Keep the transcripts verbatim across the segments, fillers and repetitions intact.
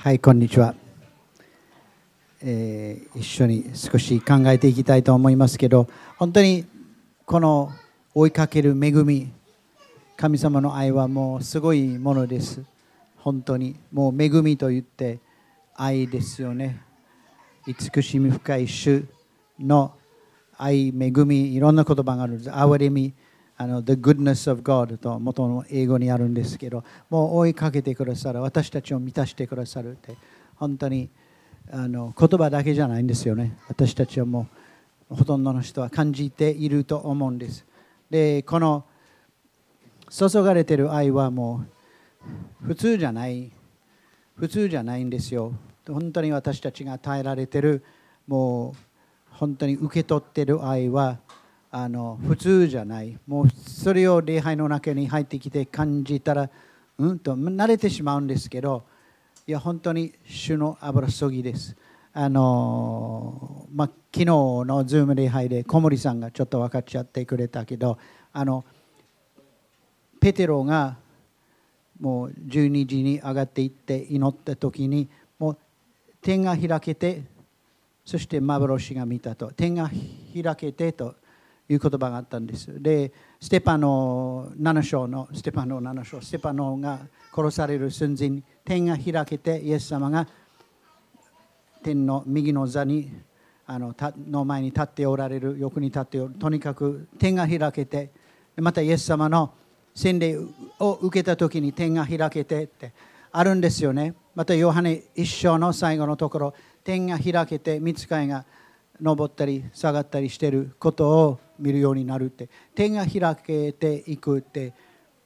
はい、こんにちは、えー、一緒に少し考えていきたいと思いますけど、本当にこの追いかける恵み、神様の愛はもうすごいものです。本当にもう恵みと言って愛ですよね。慈しみ深い主の愛、恵み、いろんな言葉があるんです。憐れみ、あの The goodness of God と元の英語にあるんですけど、もう追いかけてくださる、私たちを満たしてくださるって、本当にあの言葉だけじゃないんですよね。私たちはもうほとんどの人は感じていると思うんです。で、この注がれている愛はもう普通じゃない、普通じゃないんですよ。本当に私たちが与えられている、もう本当に受け取っている愛はあの普通じゃない。もうそれを礼拝の中に入ってきて感じたら、うんと慣れてしまうんですけど、いや本当に主の油注ぎです。あのまあ、昨日のズーム礼拝で小森さんがちょっと分かっちゃってくれたけど、あのペテロがもうじゅうにじに上がっていって祈った時に、もう天が開けて、そして幻が見たと。天が開けてという言葉があったんです。で、ステパノなな章の、ステパノなな章、ステパノが殺される寸前に天が開けて、イエス様が天の右の座にあのたの前に立っておられる、横に立っておる。とにかく天が開けて、またイエス様の洗礼を受けた時に天が開けてってあるんですよね。またヨハネ一章の最後のところ、天が開けて御使いが登ったり下がったりしていることを見るようになるって、天が開けていくって、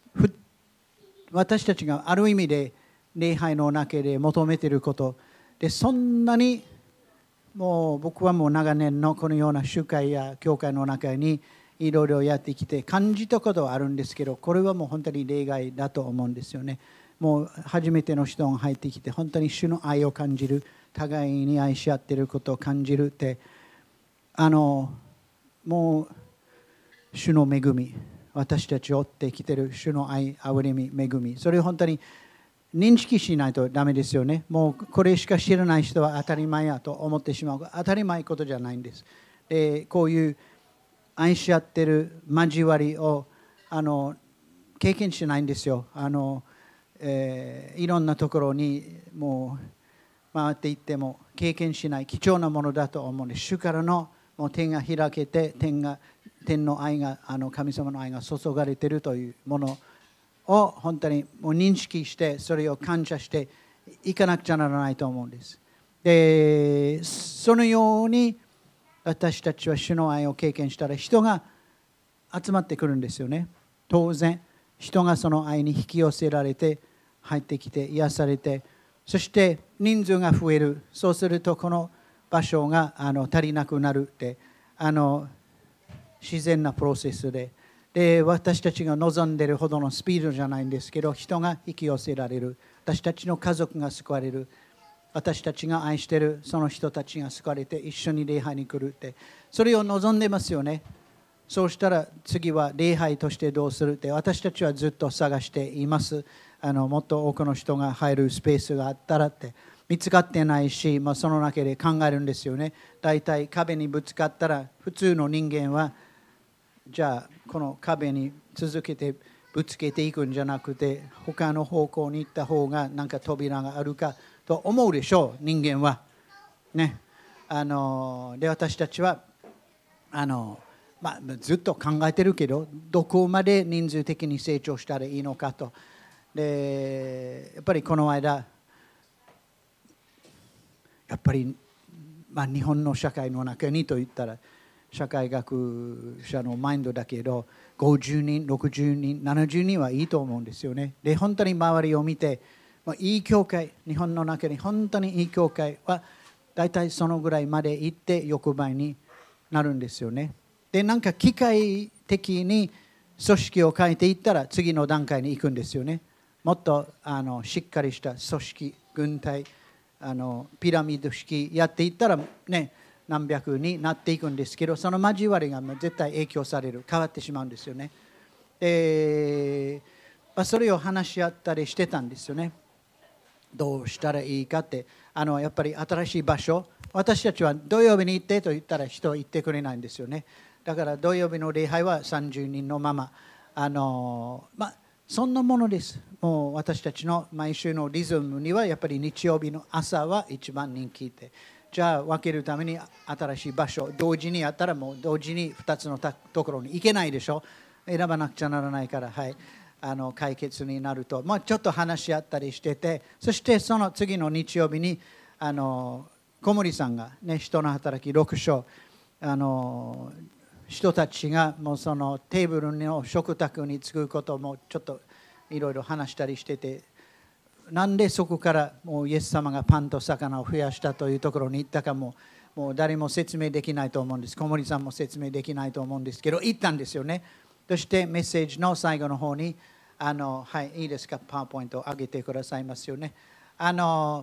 私たちがある意味で礼拝の中で求めていることで、そんなにもう僕はもう長年のこのような集会や教会の中にいろいろやってきて感じたことはあるんですけど、これはもう本当に例外だと思うんですよね。もう初めての人が入ってきて本当に主の愛を感じる、互いに愛し合っていることを感じるって、あのもう主の恵み、私たちを追ってきている主の愛、憐れみ、恵み、それを本当に認識しないとダメですよね。もうこれしか知らない人は当たり前やと思ってしまう。当たり前ことじゃないんです。で、こういう愛し合っている交わりをあの経験しないんですよ。あの、えー、いろんなところにもう回っていっても経験しない貴重なものだと思うんです。主からのもう天が開けて、天が天の愛が、あの神様の愛が注がれているというものを本当にもう認識して、それを感謝していかなくちゃならないと思うんです。で、そのように私たちは主の愛を経験したら人が集まってくるんですよね。当然人がその愛に引き寄せられて入ってきて癒されて、そして人数が増える。そうするとこの場所があの足りなくなるって、あの自然なプロセスで、で私たちが望んでいるほどのスピードじゃないんですけど、人が引き寄せられる。私たちの家族が救われる。私たちが愛しているその人たちが救われて一緒に礼拝に来るって、それを望んでますよね。そうしたら次は礼拝としてどうするって、私たちはずっと探しています。あのもっと多くの人が入るスペースがあったらって、見つかってないし、まあ、その中で考えるんですよね。だいたい壁にぶつかったら普通の人間はじゃあこの壁に続けてぶつけていくんじゃなくて、他の方向に行った方がなんか扉があるかと思うでしょう、人間はね。あので私たちはあの、まあ、ずっと考えてるけど、どこまで人数的に成長したらいいのかと。でやっぱりこの間やっぱり、まあ、日本の社会の中にと言ったら社会学者のマインドだけど、ごじゅうにん、ろくじゅうにん、ななじゅうにんはいいと思うんですよね。で本当に周りを見て、まあ、いい教会、日本の中に本当にいい教会はだいたいそのぐらいまで行って横ばいになるんですよね。でなんか機械的に組織を変えていったら次の段階に行くんですよね。もっとあのしっかりした組織、軍隊、あのピラミッド式やっていったらね、何百になっていくんですけど、その交わりが絶対影響される、変わってしまうんですよね。で、まあ、それを話し合ったりしてたんですよね。 どうしたらいいかって、あのやっぱり新しい場所、私たちは土曜日に行ってと言ったら人は行ってくれないんですよね。だから土曜日の礼拝はさんじゅうにんのまま、あのまあそんなものです。もう私たちの毎週のリズムにはやっぱり日曜日の朝は一番人気で、じゃあ分けるために新しい場所同時にやったらもう同時にふたつのところに行けないでしょ。選ばなくちゃならないから、はい、あの解決になると、まあ、ちょっと話し合ったりしてて、そしてその次の日曜日にあの小森さんが、ね、人の働きろく章、あの人たちがもうそのテーブルの食卓に就くこともちょっといろいろ話したりしてて、なんでそこからもうイエス様がパンと魚を増やしたというところに行ったかも、もう誰も説明できないと思うんです。小森さんも説明できないと思うんですけど、行ったんですよね。そしてメッセージの最後の方に、あのはい、いいですか、パワーポイントを上げてくださいますよね。あの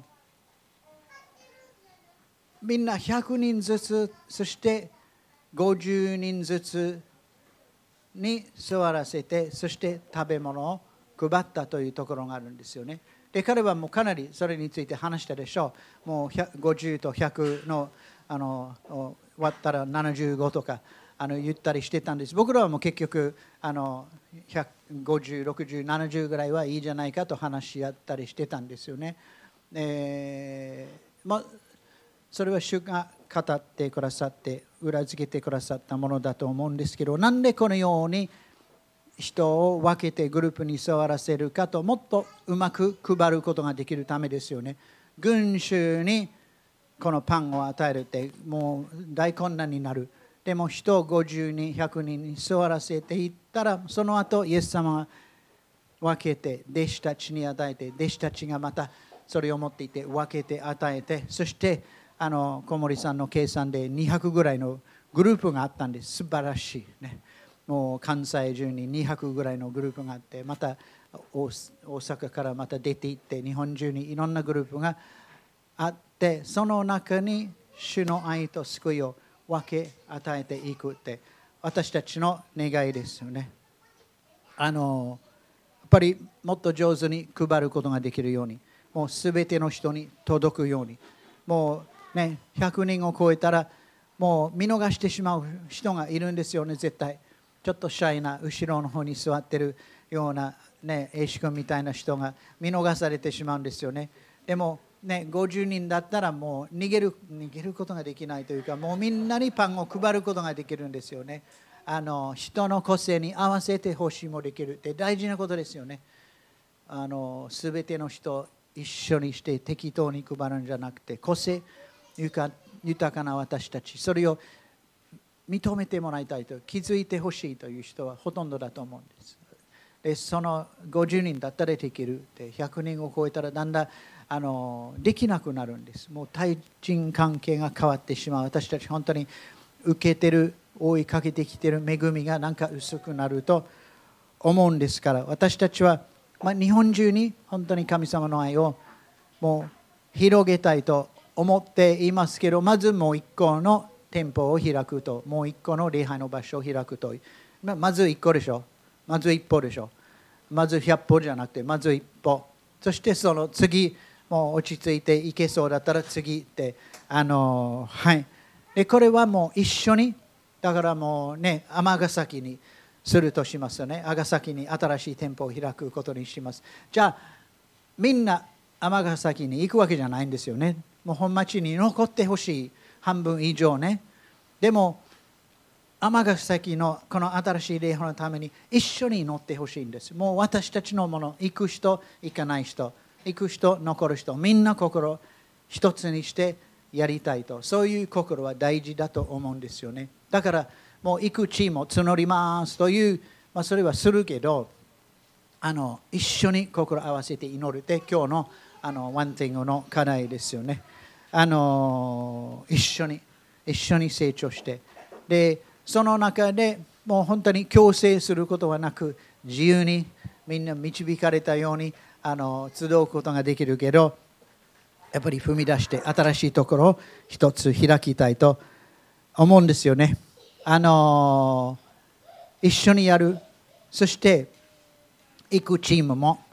みんなひゃくにんずつ、そしてごじゅうにんずつに座らせて、そして食べ物を配ったというところがあるんですよね。で、彼はもうかなりそれについて話したでしょう。もうごじゅうとひゃくの、あの割ったらななじゅうごとかあの言ったりしてたんです。僕らはもう結局あのごじゅう、ろくじゅう、ななじゅうぐらいはいいじゃないかと話し合ったりしてたんですよね。えーまあ、それは主が語ってくださって裏付けてくださったものだと思うんですけど、なんでこのように人を分けてグループに座らせるかと、もっとうまく配ることができるためですよね。群衆にこのパンを与えるってもう大困難になる。でも人をごじゅうにん、ひゃくにんに座らせていったら、その後イエス様が分けて弟子たちに与えて、弟子たちがまたそれを持っていて分けて与えて、そしてあの小森さんの計算でにひゃくぐらいのグループがあったんです。素晴らしいね。もう関西中ににひゃくぐらいのグループがあって、また大阪からまた出ていって日本中にいろんなグループがあって、その中に主の愛と救いを分け与えていくって私たちの願いですよね。あのやっぱりもっと上手に配ることができるように、もうすべての人に届くように、もうねひゃくにんを超えたらもう見逃してしまう人がいるんですよね。絶対ちょっとシャイな後ろの方に座ってるようなね、英志君みたいな人が見逃されてしまうんですよね。でもね、ごじゅうにんだったらもう逃げる、逃げることができないというか、もうみんなにパンを配ることができるんですよね。あの人の個性に合わせて奉仕もできるって大事なことですよね。あの全ての人を一緒にして適当に配るんじゃなくて、個性豊かな私たち、それを認めてもらいたいと、気づいてほしいという人はほとんどだと思うんです。でそのごじゅうにんだったらできるって、ひゃくにんを超えたらだんだんあのできなくなるんです。もう対人関係が変わってしまう。私たち本当に受けてる、追いかけてきてる恵みがなんか薄くなると思うんですから、私たちは、まあ、日本中に本当に神様の愛をもう広げたいと思っていますけど、まずもう一個の店舗を開くと、もう一個の礼拝の場所を開くと、まず一個でしょ、まず一歩でしょ、まず百歩じゃなくてまず一歩、そしてその次もう落ち着いていけそうだったら次ってあのはいでこれはもう一緒に、だからもうね尼崎にするとしますよね。尼崎に新しい店舗を開くことにします。じゃあみんな尼崎に行くわけじゃないんですよね。もう本町に残ってほしい、半分以上ね。でも尼崎のこの新しい礼拝のために一緒に乗ってほしいんです。もう私たちのもの、行く人行かない人、行く人残る人、みんな心一つにしてやりたいと、そういう心は大事だと思うんですよね。だからもう行く地も募りますという、まあ、それはするけど、あの一緒に心合わせて祈るって今日のあのワンティングの課題ですよね。あの一緒に一緒に成長して、でその中でもう本当に強制することはなく、自由にみんな導かれたようにあの集うことができるけど、やっぱり踏み出して新しいところを一つ開きたいと思うんですよね。あの一緒にやる、そして行くチームも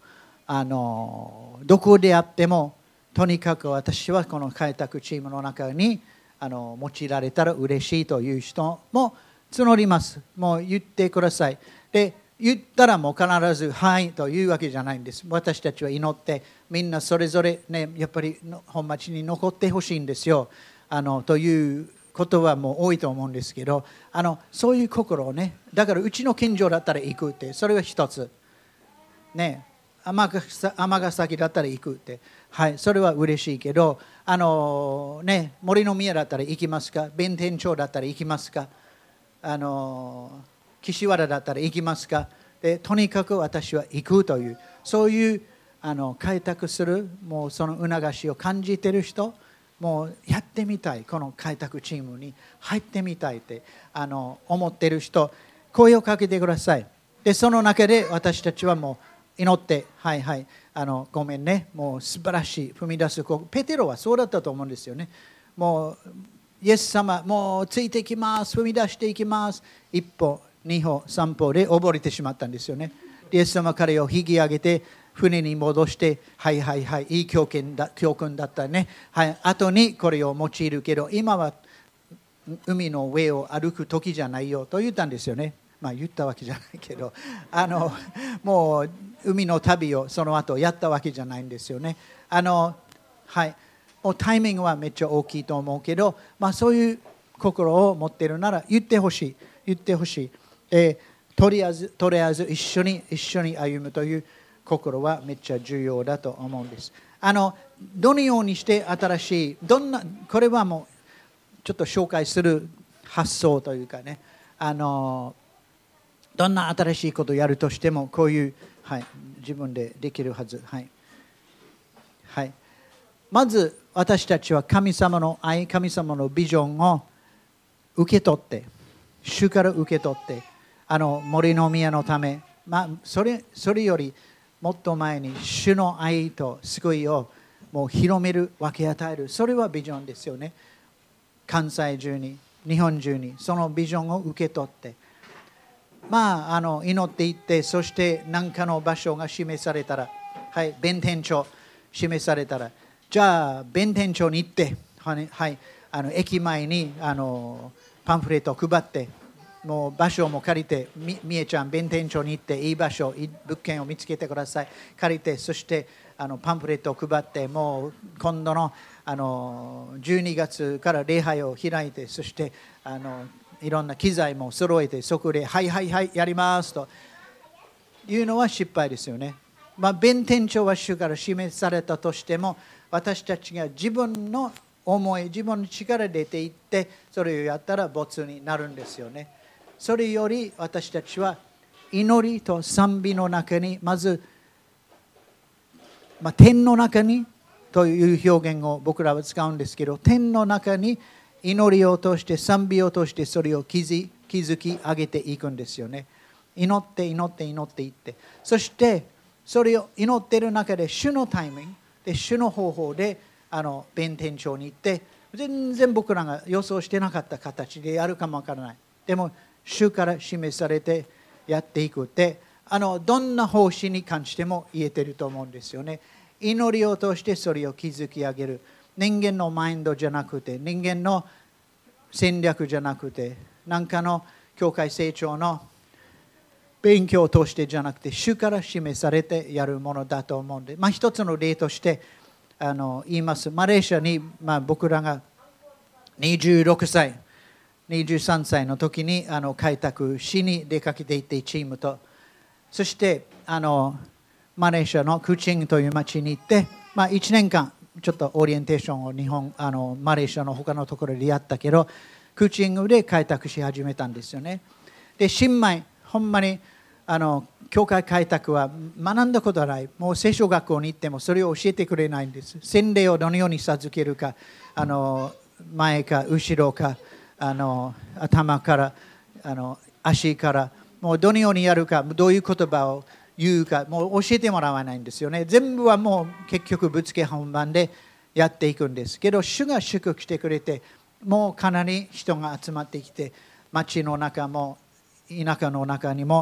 あのどこであってもとにかく私はこの開拓チームの中にあの用いられたら嬉しいという人も募ります。もう言ってください。で言ったらもう必ずはいというわけじゃないんです。私たちは祈ってみんなそれぞれねやっぱり本町に残ってほしいんですよ。あのということはもう多いと思うんですけど、あのそういう心をね、だからうちの近所だったら行くって、それは一つね、尼崎だったら行くって、はい、それは嬉しいけど、あのね、森の宮だったら行きますか、弁天町だったら行きますか、あの岸和田だったら行きますか。でとにかく私は行くという、そういうあの開拓する、もうその促しを感じている人、もうやってみたい、この開拓チームに入ってみたいってあの思っている人、声をかけてください。でその中で私たちはもう祈って、はいはい、あのごめんね、もう素晴らしい踏み出す。ペテロはそうだったと思うんですよね。もうイエス様、もうついていきます、踏み出していきます。一歩、二歩、三歩で溺れてしまったんですよね。イエス様彼を引き上げて船に戻して、はいはいはい、いい教訓だ、教訓だったね。はい、後にこれを用いるけど、今は海の上を歩く時じゃないよと言ったんですよね。まあ言ったわけじゃないけど、あのもう海の旅をその後やったわけじゃないんですよね。あのはい、もうタイミングはめっちゃ大きいと思うけど、まあ、そういう心を持っているなら言ってほしい、言ってほしい。えー、とりあえず、とりあえず一緒に一緒に歩むという心はめっちゃ重要だと思うんです。あのどのようにして新しい、どんな、これはもうちょっと紹介する発想というかね、あのどんな新しいことをやるとしてもこういう、はい、自分でできるはず。はいはい、まず私たちは神様の愛、神様のビジョンを受け取って、主から受け取って、あの森の宮のため、まあ、それ、それよりもっと前に主の愛と救いをもう広める、分け与える、それはビジョンですよね。関西中に、日本中にそのビジョンを受け取って、まあ、あの祈っていって、そして何かの場所が示されたら、はい、弁天町示されたら、じゃあ弁天町に行って、はい、はい、あの駅前にあのパンフレットを配って、もう場所も借りて、み, みえちゃん弁天町に行っていい場所、いい物件を見つけてください。借りて、そしてあのパンフレットを配って、もう今度のあのじゅうにがつから礼拝を開いて、そしてあのいろんな機材も揃えて、そこではいはいはいやりますというのは失敗ですよね。まあ、弁天町は主から示されたとしても、私たちが自分の思い、自分の力で出ていってそれをやったら没になるんですよね。それより私たちは祈りと賛美の中に、まず、まあ、天の中にという表現を僕らは使うんですけど、天の中に祈りを通して、賛美を通してそれを築き上げていくんですよね。祈って祈って祈っていって、そしてそれを祈っている中で主のタイミングで、主の方法であの弁天町に行って、全然僕らが予想してなかった形でやるかもわからない。でも主から示されてやっていくって、あのどんな方針に関しても言えてると思うんですよね。祈りを通してそれを築き上げる。人間のマインドじゃなくて、人間の戦略じゃなくて、何かの教会成長の勉強を通してじゃなくて、主から示されてやるものだと思うんで、まあ、一つの例としてあの言います。マレーシアに、まあ、僕らがにじゅうろくさい、にじゅうさんさいの時にあの開拓しに出かけていってチームと、そしてあのマレーシアのクチングという町に行って、まあ、いちねんかんちょっとオリエンテーションを日本あのマレーシアの他のところでやったけど、クチングで開拓し始めたんですよね。で新米、ほんまにあの教会開拓は学んだことはない。もう聖書学校に行ってもそれを教えてくれないんです。洗礼をどのように授けるか、あの前か後ろか、あの頭からあの足から、もうどのようにやるか、どういう言葉を言うか、もう教えてもらわないんですよね。全部はもう結局ぶつけ本番でやっていくんですけど、主が祝福してくれて、もうかなり人が集まってきて、町の中も田舎の中にも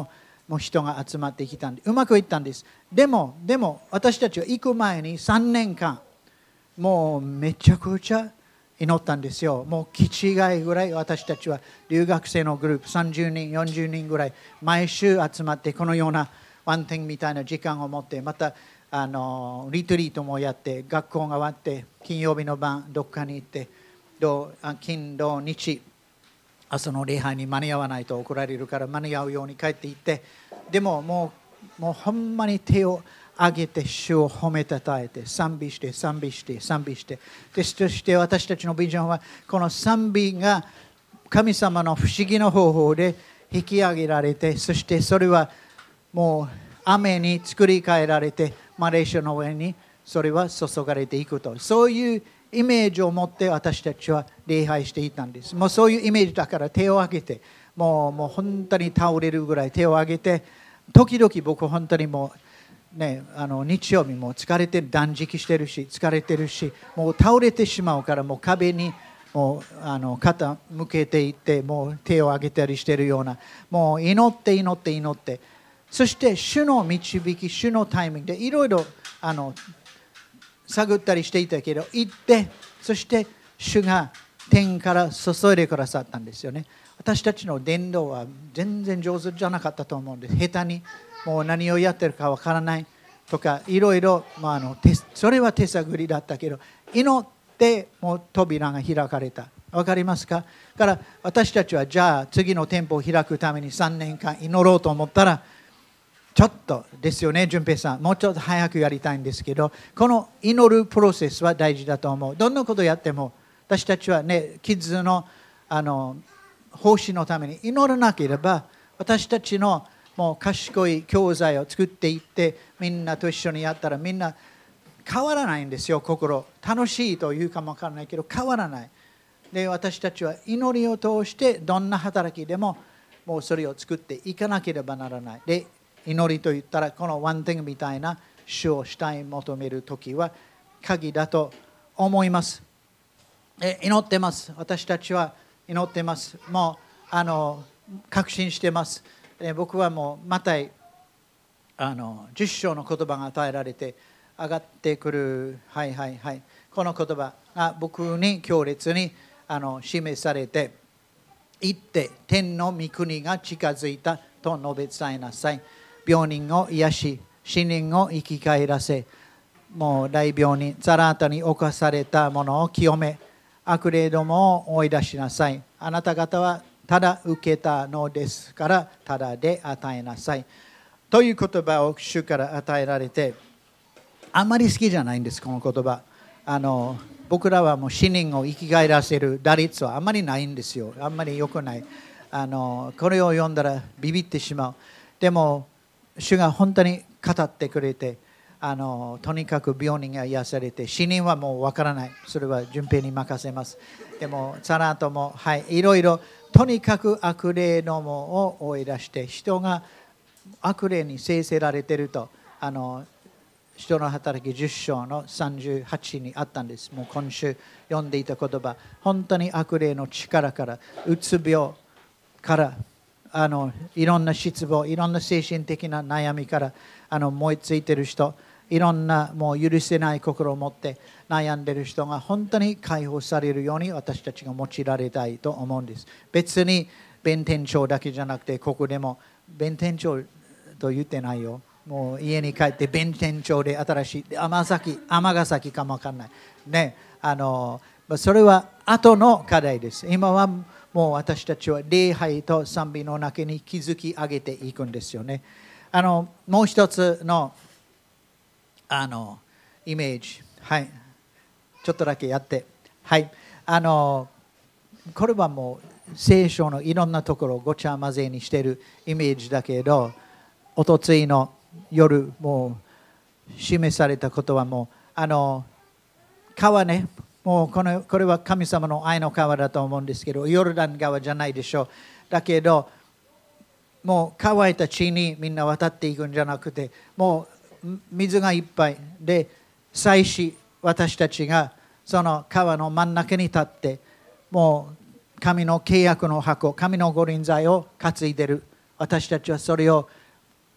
もう人が集まってきたんでうまくいったんです。でもでも私たちは行く前にさんねんかんもうめちゃくちゃ祈ったんですよ。もう気違いぐらい私たちは留学生のグループさんじゅうにんよんじゅうにんぐらい毎週集まってこのようなワンティングみたいな時間を持ってまたあのリトリートもやって学校が終わって金曜日の晩どっかに行って土金土日朝の礼拝に間に合わないと怒られるから間に合うように帰っていってでももう、もうほんまに手を挙げて主を褒めたたえて賛美して賛美して賛美してでそして私たちのビジョンはこの賛美が神様の不思議な方法で引き上げられてそしてそれはもう雨に作り変えられてマレーシアの上にそれは注がれていくとそういうイメージを持って私たちは礼拝していたんです。もうそういうイメージだから手を挙げてもう、もう本当に倒れるぐらい手を挙げて時々僕本当にもう、ね、あの日曜日も疲れて断食してるし疲れてるしもう倒れてしまうからもう壁にもうあの肩向けていってもう手を挙げたりしてるようなもう祈って祈って祈ってそして主の導き主のタイミングでいろいろあの探ったりしていたけど行ってそして主が天から注いでくださったんですよね。私たちの伝道は全然上手じゃなかったと思うんです。下手にもう何をやってるかわからないとかいろいろ、まあ、あのそれは手探りだったけど祈ってもう扉が開かれた。わかりますか？だから私たちはじゃあ次の店舗を開くためにさんねんかん祈ろうと思ったらちょっとですよね、順平さん。もうちょっと早くやりたいんですけど、この祈るプロセスは大事だと思う。どんなことをやっても、私たちはね、キッズの、あの奉仕のために祈らなければ、私たちのもう賢い教材を作っていって、みんなと一緒にやったら、みんな変わらないんですよ、心。楽しいというかもわからないけど、変わらない。で、私たちは祈りを通して、どんな働きでも、もうそれを作っていかなければならない。で祈りといったらこのワンティングみたいな主を主体求めるときは鍵だと思います。祈ってます。私たちは祈ってます。もうあの確信してます。僕はもうマタイあのじゅっ章の言葉が与えられて上がってくるはいはいはいこの言葉が僕に強烈にあの示されて行って天の御国が近づいたと述べ伝えなさい。病人を癒し、死人を生き返らせ、もう大病人、ザラータに侵されたものを清め、悪霊どもを追い出しなさい。あなた方はただ受けたのですから、ただで与えなさい。という言葉を主から与えられて、あんまり好きじゃないんです、この言葉。あの僕らはもう死人を生き返らせる打率はあんまりないんですよ。あんまり良くない。あのこれを読んだらビビってしまう。でも、主が本当に語ってくれて、あのとにかく病人が癒されて、死人はもうわからない。それは順平に任せます。でも、サラートも、はい、いろいろ、とにかく悪霊どもを追い出して、人が悪霊に制せられていると、あの人の働きじゅっ章のさんじゅうはちにあったんです。もう今週読んでいた言葉、本当に悪霊の力から、うつ病から、あのいろんな失望、いろんな精神的な悩みからあの燃えついている人、いろんなもう許せない心を持って悩んでいる人が本当に解放されるように私たちが用いられたいと思うんです。別に弁天町だけじゃなくて、ここでも弁天町と言ってないよ。もう家に帰って弁天町で新しい尼崎、尼崎かもわかんない。ね、あのそれは後の課題です。今はもう私たちは礼拝と賛美の中に築き上げていくんですよね。あのもう一つのあのイメージ、はい、ちょっとだけやって、はい、あのこれはもう聖書のいろんなところをごちゃ混ぜにしているイメージだけど、おとついの夜もう示されたことはもうあの川ね、もうこのこれは神様の愛の川だと思うんですけど、ヨルダン川じゃないでしょう。だけどもう乾いた地にみんな渡っていくんじゃなくて、もう水がいっぱいで、祭司私たちがその川の真ん中に立って、もう神の契約の箱、神の御臨在を担いでいる。私たちはそれを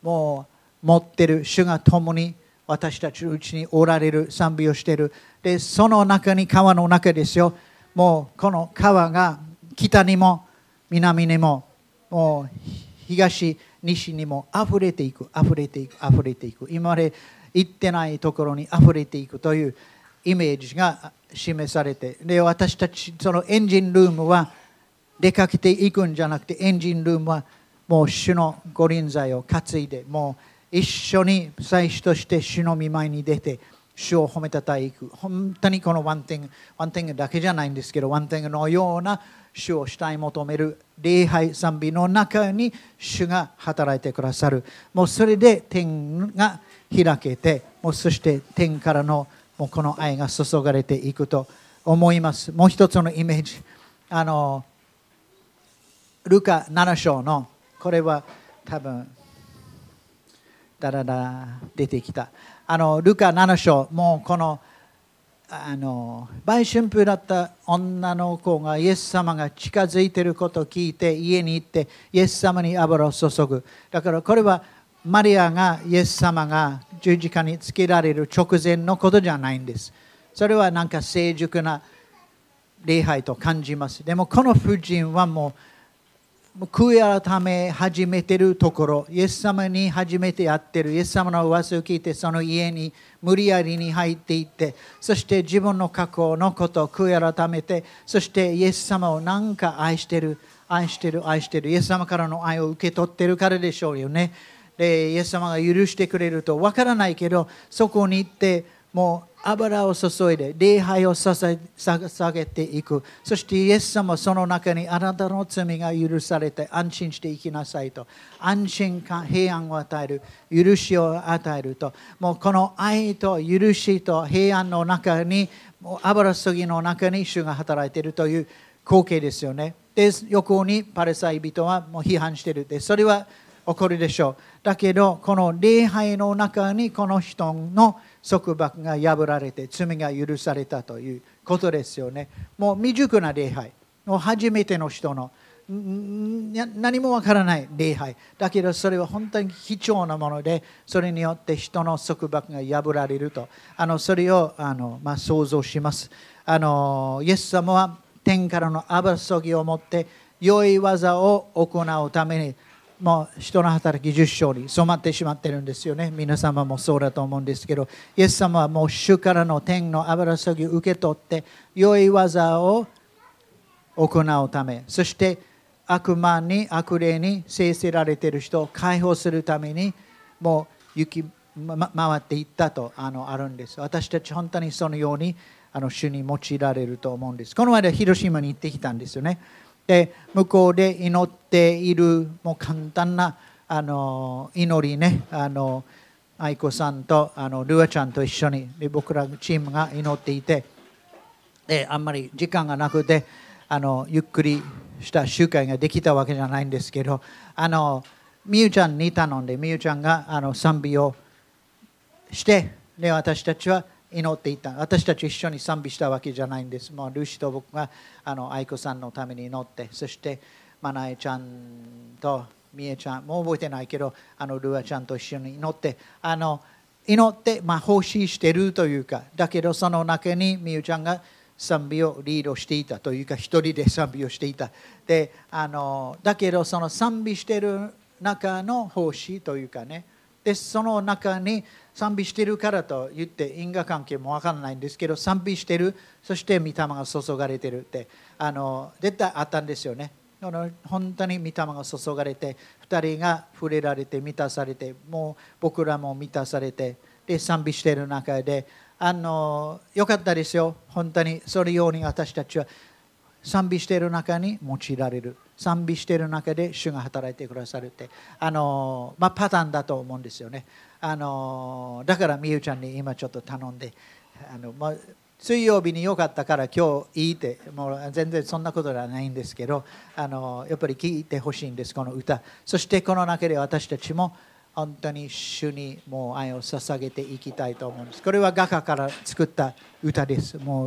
もう持ってる主が共に私たちのうちにおられる、賛美をしている。で、その中に、川の中ですよ。もうこの川が北にも南にも、もう東、西にも溢れていく、溢れていく、溢れていく。今まで行ってないところに溢れていくというイメージが示されて、で、私たち、そのエンジンルームは出かけていくんじゃなくて、エンジンルームはもう主の御臨在を担いで、もう一緒に祭司として主の御前に出て、主を褒めたたえいく。本当にこのワンティング、ワンティングだけじゃないんですけど、ワンティングのような主を慕い求める礼拝賛美の中に主が働いてくださる。もうそれで天が開けて、もうそして天からのもうこの愛が注がれていくと思います。もう一つのイメージ。あの、ルカなな章の、これは多分、だらだ出てきた。あのルカなな章、もうこのあの売春婦だった女の子がイエス様が近づいていることを聞いて家に行ってイエス様に油を注ぐ。だからこれはマリアがイエス様が十字架につけられる直前のことじゃないんです。それはなんか成熟な礼拝と感じます。でもこの婦人はもう悔い改め始めているところ、イエス様に初めてやっている、イエス様の噂を聞いてその家に無理やりに入っていって、そして自分の過去のことを悔い改めて、そしてイエス様をなんか愛している、愛している、愛している、イエス様からの愛を受け取っているからでしょうよね。で、イエス様が許してくれるとわからないけど、そこに行ってもう油を注いで礼拝を捧げていく。そしてイエス様はその中にあなたの罪が許されて安心して生きなさいと、安心感、平安を与える、許しを与えると、もうこの愛と許しと平安の中に、もう油注ぎの中に主が働いているという光景ですよね。で、横にパリサイ人はもう批判している。で、それは起こるでしょう。だけど、この礼拝の中にこの人の束縛が破られて罪が許されたということですよね。もう未熟な礼拝、もう初めての人の何もわからない礼拝だけど、それは本当に貴重なもので、それによって人の束縛が破られると、あのそれをあの、まあ、想像します。あのイエス様は天からの油注ぎを持って良い技を行うために、もう人の働きじゅっ章に染まってしまっているんですよね。皆様もそうだと思うんですけど、イエス様はもう主からの天の油注ぎを受け取って良い技を行うため、そして悪魔に悪霊に制せられている人を解放するためにもう行き、ま、回っていったと あのあるんです。私たち本当にそのようにあの主に用いられると思うんです。この間広島に行ってきたんですよね。で、向こうで祈っているもう簡単なあの祈りね、あの愛子さんとあのルアちゃんと一緒にで僕らチームが祈っていて、であんまり時間がなくてあのゆっくりした集会ができたわけじゃないんですけど、あのみゆちゃんに頼んで、みゆちゃんがあの賛美をしてで私たちは祈っていた。私たち一緒に賛美したわけじゃないんです。もうルーシと僕があの愛子さんのために祈って、そしてマナエちゃんとミエちゃん、もう覚えてないけど、あのルアちゃんと一緒に祈って、あの祈って、まあ、奉仕しているというか、だけどその中にミエちゃんが賛美をリードしていたというか、一人で賛美をしていた。で、あのだけどその賛美している中の奉仕というかね、でその中に賛美しているからと言って因果関係も分からないんですけど、賛美している、そして御霊が注がれているってあの絶対あったんですよね。本当に御霊が注がれて、ふたりが触れられて満たされて、もう僕らも満たされて、で賛美している中であのよかったですよ。本当にそれように私たちは賛美している中に用いられる、賛美している中で主が働いてくださるってあの、まあ、パターンだと思うんですよね。あのだからみゆちゃんに今ちょっと頼んで、あの、まあ、水曜日によかったから今日いいって、もう全然そんなことではないんですけど、あのやっぱり聴いてほしいんです、この歌。そしてこの中で私たちも本当に主にもう愛を捧げていきたいと思うんです。これは画家から作った歌です。もう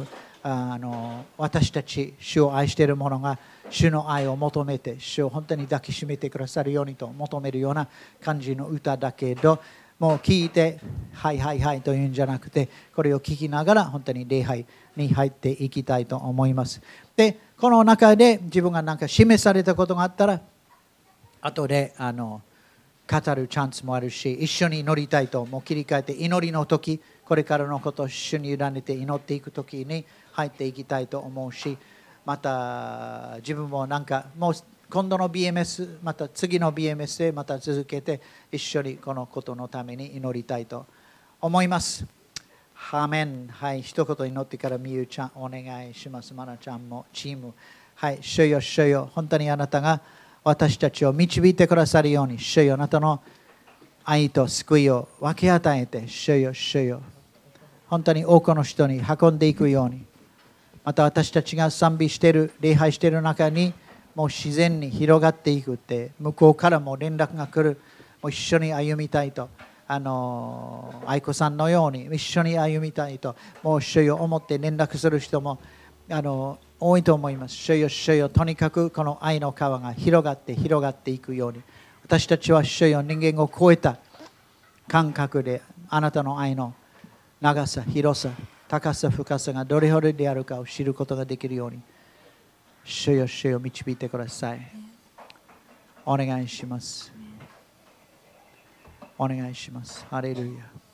あの私たち主を愛している者が主の愛を求めて主を本当に抱きしめてくださるようにと求めるような感じの歌だけど、もう聞いてはいはいはいというんじゃなくて、これを聞きながら本当に礼拝に入っていきたいと思います。でこの中で自分が何か示されたことがあったら後であの語るチャンスもあるし、一緒に祈りたいともう切り替えて、祈りの時これからのことを主に委ねて祈っていく時に入っていきたいと思うし、また自分もなんかもう今度の ビーエムエス また次の ビーエムエス でまた続けて一緒にこのことのために祈りたいと思います。アーメン。はい、一言祈ってからみゆちゃんお願いします。まなちゃんもチーム、はい、主よ主よ、本当にあなたが私たちを導いてくださるように、主よあなたの愛と救いを分け与えて、主よ主よ本当に多くの人に運んでいくように、また私たちが賛美している礼拝している中にもう自然に広がっていくって、向こうからも連絡が来る、もう一緒に歩みたいと、あの愛子さんのように一緒に歩みたいと、もう主よ思って連絡する人もあの多いと思います。主よ主よ、とにかくこの愛の川が広がって広がっていくように、私たちは主よ人間を超えた感覚であなたの愛の長さ、広さ、高さ、深さがどれほどであるかを知ることができるように、主よ主よ導いてください。お願いします。お願いします。ハレルヤ。